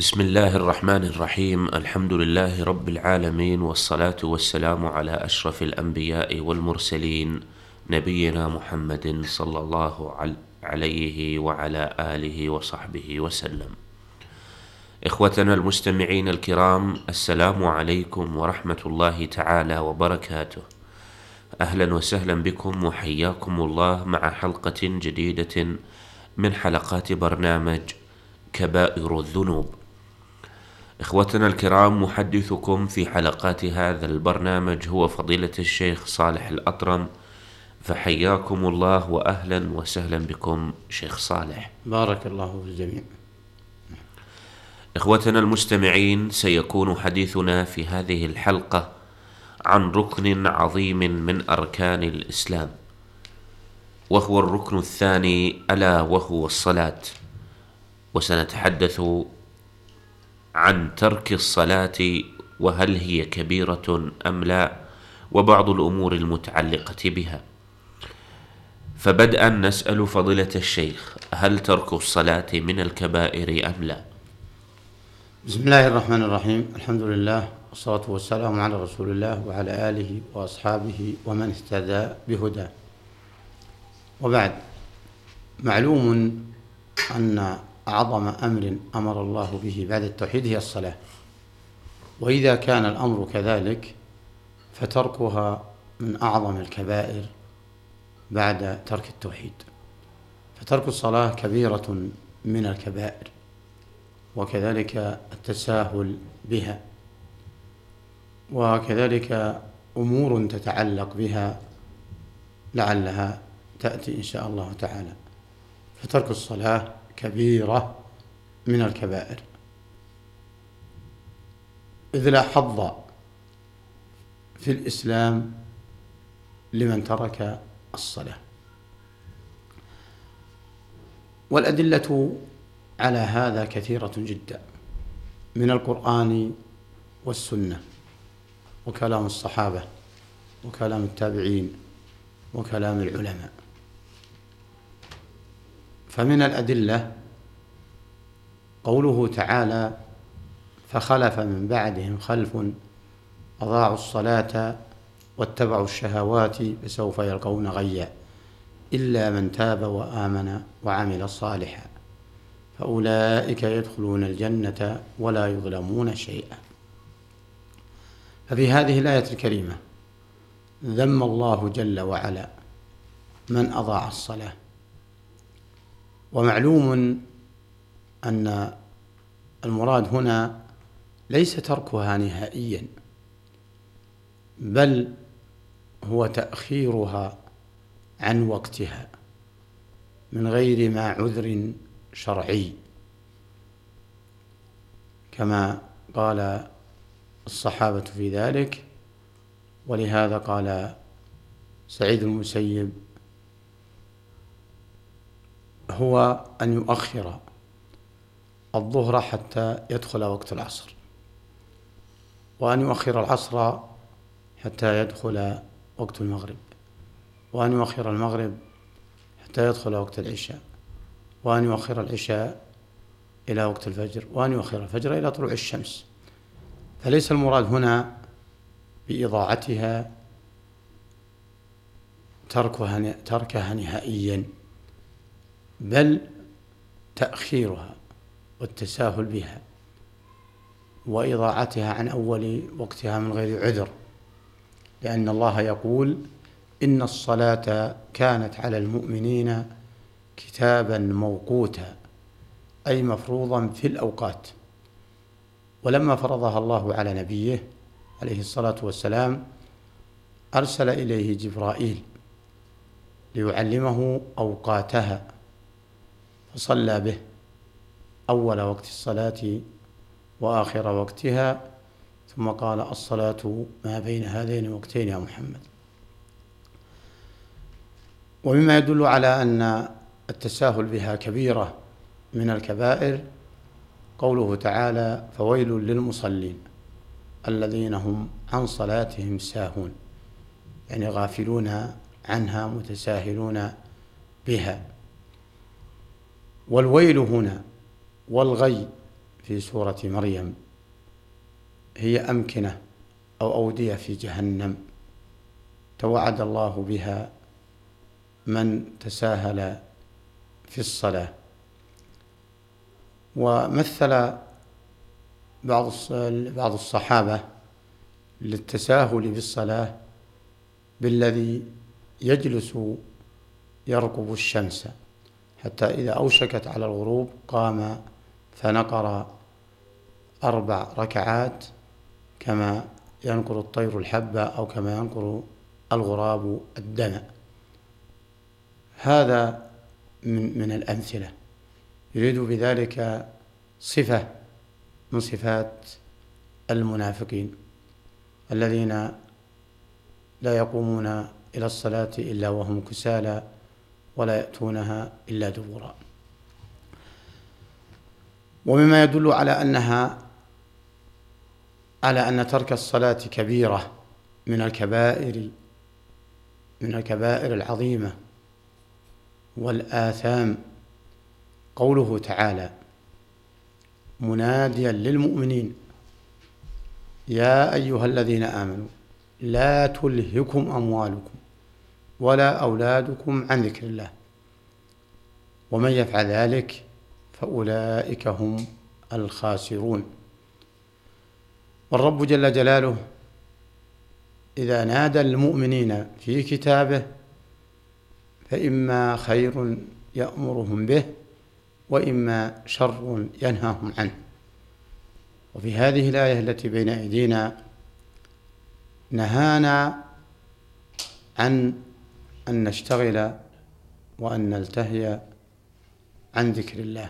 بسم الله الرحمن الرحيم. الحمد لله رب العالمين، والصلاة والسلام على أشرف الأنبياء والمرسلين، نبينا محمد صلى الله عليه وعلى آله وصحبه وسلم. إخوتنا المستمعين الكرام، السلام عليكم ورحمة الله تعالى وبركاته. أهلا وسهلا بكم وحياكم الله مع حلقة جديدة من حلقات برنامج كبائر الذنوب. إخوتنا الكرام، محدثكم في حلقات هذا البرنامج هو فضيلة الشيخ صالح الأطرم، فحياكم الله وأهلا وسهلا بكم شيخ صالح. بارك الله في الجميع. إخوتنا المستمعين، سيكون حديثنا في هذه الحلقة عن ركن عظيم من أركان الإسلام، وهو الركن الثاني، ألا وهو الصلاة. وسنتحدث عن ترك الصلاة، وهل هي كبيرة أم لا، وبعض الأمور المتعلقة بها. فبدءا نسأل فضيلة الشيخ: هل ترك الصلاة من الكبائر أم لا؟ بسم الله الرحمن الرحيم. الحمد لله والصلاة والسلام على رسول الله وعلى آله وأصحابه ومن اهتدى بهداه. وبعد، معلوم أن أعظم أمر أمر الله به بعد التوحيد هي الصلاة، وإذا كان الأمر كذلك فتركها من أعظم الكبائر بعد ترك التوحيد. فترك الصلاة كبيرة من الكبائر، وكذلك التساهل بها، وكذلك أمور تتعلق بها لعلها تأتي إن شاء الله تعالى. فترك الصلاة كبيرة من الكبائر، إذ لا حظ في الإسلام لمن ترك الصلاة. والأدلة على هذا كثيرة جدا من القرآن والسنة، وكلام الصحابة، وكلام التابعين، وكلام العلماء. فمن الأدلة قوله تعالى: فخلف من بعدهم خلف أضاعوا الصلاة واتبعوا الشهوات فسوف يلقون غيا إلا من تاب وآمن وعمل صالحا فأولئك يدخلون الجنة ولا يظلمون شيئا. ففي هذه الآية الكريمة ذم الله جل وعلا من أضاع الصلاة. ومعلوم أن المراد هنا ليس تركها نهائيا، بل هو تأخيرها عن وقتها من غير ما عذر شرعي، كما قال الصحابة في ذلك. ولهذا قال سعيد المسيب: هو أن يؤخر الظهر حتى يدخل وقت العصر، وأن يؤخر العصر حتى يدخل وقت المغرب، وأن يؤخر المغرب حتى يدخل وقت العشاء، وأن يؤخر العشاء إلى وقت الفجر، وأن يؤخر الفجر إلى طلوع الشمس. فليس المراد هنا بإضاعتها تركها نهائيا، بل تأخيرها والتساهل بها وإضاعتها عن أول وقتها من غير عذر، لأن الله يقول: إن الصلاة كانت على المؤمنين كتابا موقوتا، أي مفروضا في الأوقات. ولما فرضها الله على نبيه عليه الصلاة والسلام أرسل إليه جبرائيل ليعلمه أوقاتها، فصلى به أول وقت الصلاة وآخر وقتها، ثم قال: الصلاة ما بين هذين الوقتين يا محمد. ومما يدل على أن التساهل بها كبيرة من الكبائر قوله تعالى: فويل للمصلين الذين هم عن صلاتهم ساهون، يعني غافلون عنها متساهلون بها. والويل هنا والغي في سورة مريم هي أمكنة أو أودية في جهنم توعد الله بها من تساهل في الصلاة. ومثل بعض الصحابة للتساهل بالصلاة بالذي يجلس يرقب الشمس حتى إذا أوشكت على الغروب قام فنقر 4 ركعات كما ينقر الطير الحبة أو كما ينقر الغراب الدم. هذا من الأمثلة، يريد بذلك صفة من صفات المنافقين الذين لا يقومون إلى الصلاة إلا وهم كسالى ولا يأتونها إلا دبورا. ومما يدل على أن ترك الصلاة كبيرة من الكبائر العظيمة والآثام قوله تعالى مناديا للمؤمنين يا أيها الذين آمنوا لا تلهكم أموالكم ولا أولادكم عن ذكر الله ومن يفعل ذلك فأولئك هم الخاسرون. والرب جل جلاله إذا نادى المؤمنين في كتابه فإما خير يأمرهم به وإما شر ينهاهم عنه. وفي هذه الآية التي بين أيدينا نهانا عن أن نشتغل وأن نلتهي عن ذكر الله،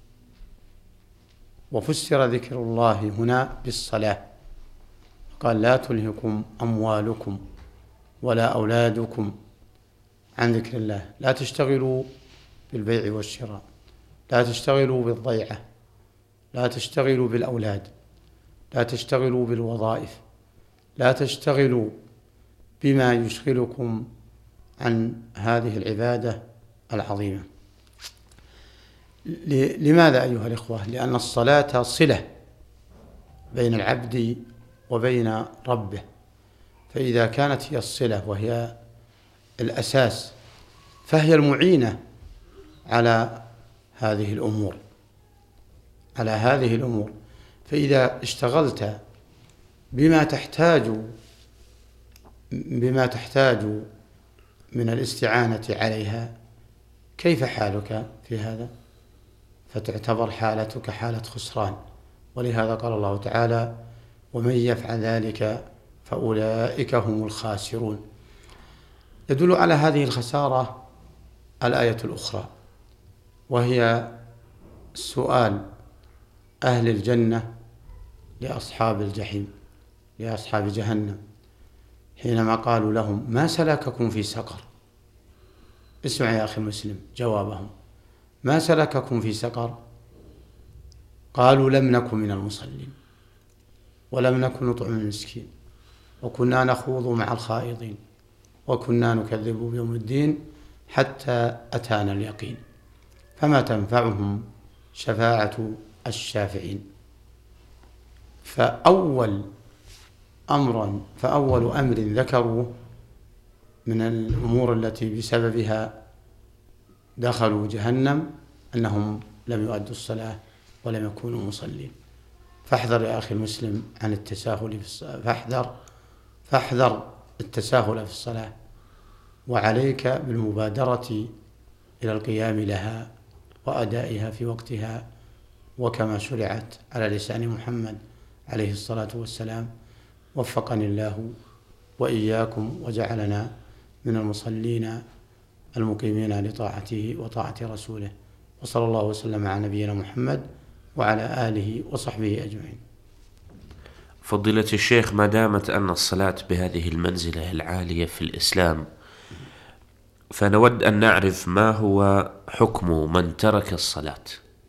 وفسر ذكر الله هنا بالصلاة، قال لا تلهكم أموالكم ولا أولادكم عن ذكر الله. لا تشتغلوا بالبيع والشراء، لا تشتغلوا بالضيعة، لا تشتغلوا بالأولاد، لا تشتغلوا بالوظائف، لا تشتغلوا بما يشغلكم عن هذه العبادة العظيمة. لماذا أيها الإخوة؟ لأن الصلاة صلة بين العبد وبين ربه، فإذا كانت هي الصلة وهي الأساس فهي المعينة على هذه الأمور. فإذا اشتغلت بما تحتاج من الاستعانة عليها كيف حالك في هذا؟ فتعتبر حالتك حالة خسران. ولهذا قال الله تعالى ومن يفعل ذلك فأولئك هم الخاسرون. يدل على هذه الخسارة الآية الأخرى، وهي سؤال أهل الجنة لأصحاب الجحيم، لأصحاب جهنم، حينما قالوا لهم ما سلككم في سقر؟ اسمع يا أخي المسلم جوابهم، ما سلككم في سقر؟ قالوا لم نكن من المصلين ولم نكن نطعم المسكين وكنا نخوض مع الخائضين وكنا نكذب بيوم الدين حتى أتانا اليقين فما تنفعهم شفاعة الشافعين. فأول أمر ذكروه من الأمور التي بسببها دخلوا جهنم أنهم لم يؤدوا الصلاة ولم يكونوا مصلين. فاحذر يا أخي المسلم عن التساهل في الصلاة، فاحذر التساهل في الصلاة، وعليك بالمبادرة إلى القيام لها وأدائها في وقتها وكما شرعت على لسان محمد عليه الصلاة والسلام. وفقني الله وإياكم وجعلنا من المصلين المقيمين لطاعته وطاعة رسوله، وصلى الله وسلم على نبينا محمد وعلى آله وصحبه أجمعين. فضيلة الشيخ، ما دامت أن الصلاة بهذه المنزلة العالية في الإسلام، فنود أن نعرف ما هو حكم من ترك الصلاة.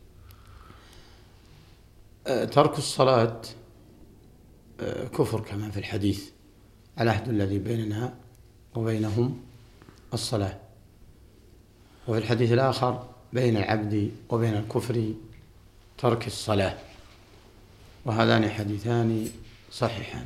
ترك الصلاة كفر كما في الحديث، العهد الذي بيننا وبينهم الصلاة. وفي الحديث الآخر بين العبد وبين الكفر ترك الصلاة. وهذان حديثان صحيحان.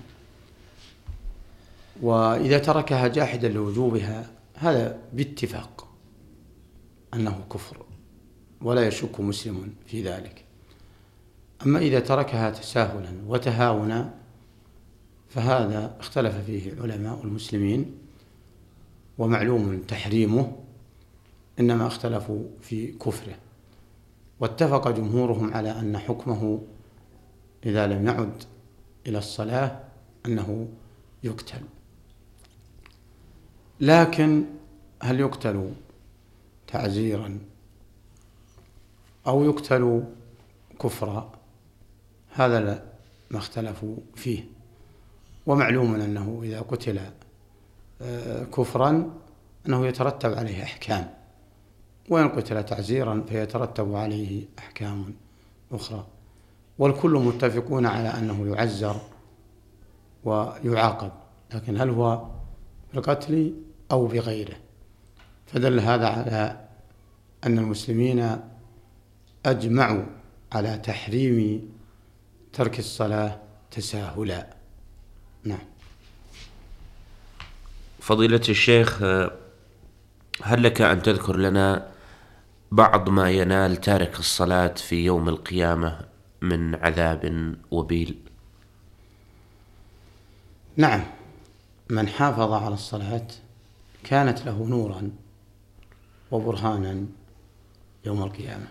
وإذا تركها جاحدا لوجوبها هذا باتفاق أنه كفر ولا يشك مسلم في ذلك. أما إذا تركها تساهلا وتهاونا فهذا اختلف فيه علماء المسلمين، ومعلوم تحريمه، إنما اختلفوا في كفره. واتفق جمهورهم على أن حكمه إذا لم يعد إلى الصلاة أنه يقتل. لكن هل يقتل تعزيرا أو يقتل كفرا؟ هذا لا ما اختلفوا فيه. ومعلوم أنه إذا قتل كفرا أنه يترتب عليه أحكام، وإن قتل تعزيرا فيترتب عليه أحكام أخرى. والكل متفقون على أنه يعزر ويعاقب، لكن هل هو بالقتل أو بغيره؟ فدل هذا على أن المسلمين أجمعوا على تحريم ترك الصلاة تساهلا. نعم. فضيلة الشيخ، هل لك أن تذكر لنا بعض ما ينال تارك الصلاة في يوم القيامة من عذاب وبيل؟ نعم، من حافظ على الصلاة كانت له نورا وبرهانا يوم القيامة،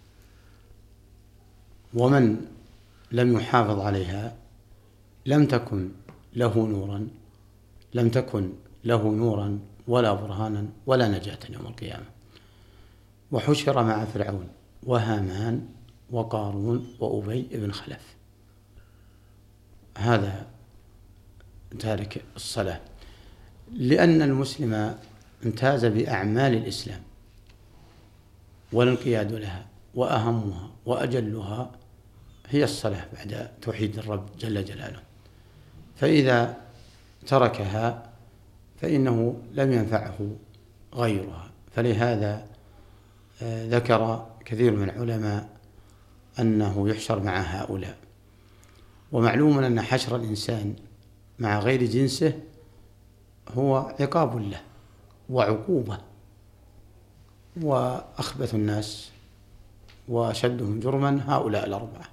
ومن لم يحافظ عليها لم تكن له نورا ولا برهانا ولا نجاة يوم القيامة. وحشر مع فرعون وهامان وقارون وأبي بن خلف. هذا تارك الصلاة، لأن المسلم امتاز بأعمال الإسلام والانقياد لها، وأهمها وأجلها هي الصلاة بعد توحيد الرب جل جلاله. فإذا تركها فإنه لم ينفعه غيرها. فلهذا ذكر كثير من العلماء أنه يحشر مع هؤلاء. ومعلوم أن حشر الإنسان مع غير جنسه هو عقاب له وعقوبة. وأخبث الناس وأشدهم جرما هؤلاء الأربعة،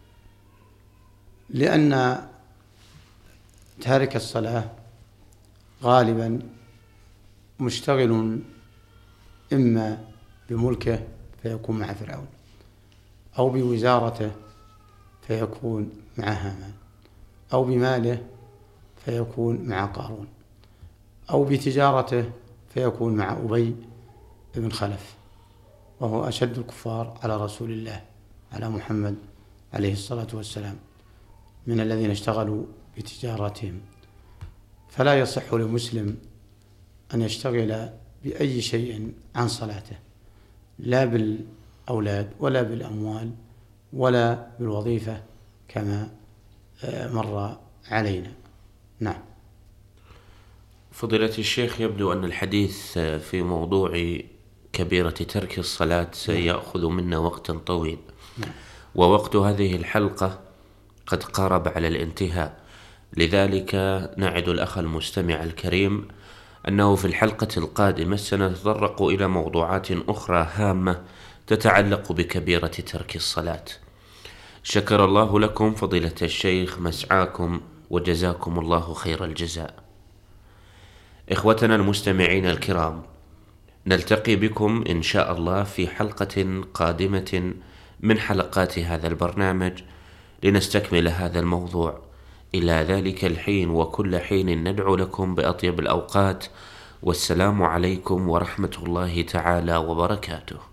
لأن تارك الصلاة غالبا مشتغل إما بملكه فيكون مع فرعون، أو بوزارته فيكون مع هامان، أو بماله فيكون مع قارون، أو بتجارته فيكون مع أبي بن خلف، وهو أشد الكفار على رسول الله على محمد عليه الصلاة والسلام من الذين اشتغلوا بتجارتهم. فلا يصح لمسلم أن يشتغل بأي شيء عن صلاته، لا بالأولاد ولا بالأموال ولا بالوظيفة كما مر علينا. نعم. فضيلة الشيخ، يبدو أن الحديث في موضوع كبيرة ترك الصلاة سيأخذ منا وقتا طويل، ووقت هذه الحلقة قد قارب على الانتهاء. لذلك نعد الأخ المستمع الكريم أنه في الحلقة القادمة سنتطرق إلى موضوعات أخرى هامة تتعلق بكبيرة ترك الصلاة. شكر الله لكم فضيلة الشيخ مسعاكم، وجزاكم الله خير الجزاء. إخوتنا المستمعين الكرام، نلتقي بكم إن شاء الله في حلقة قادمة من حلقات هذا البرنامج لنستكمل هذا الموضوع. إلى ذلك الحين وكل حين ندعو لكم بأطيب الأوقات، والسلام عليكم ورحمة الله تعالى وبركاته.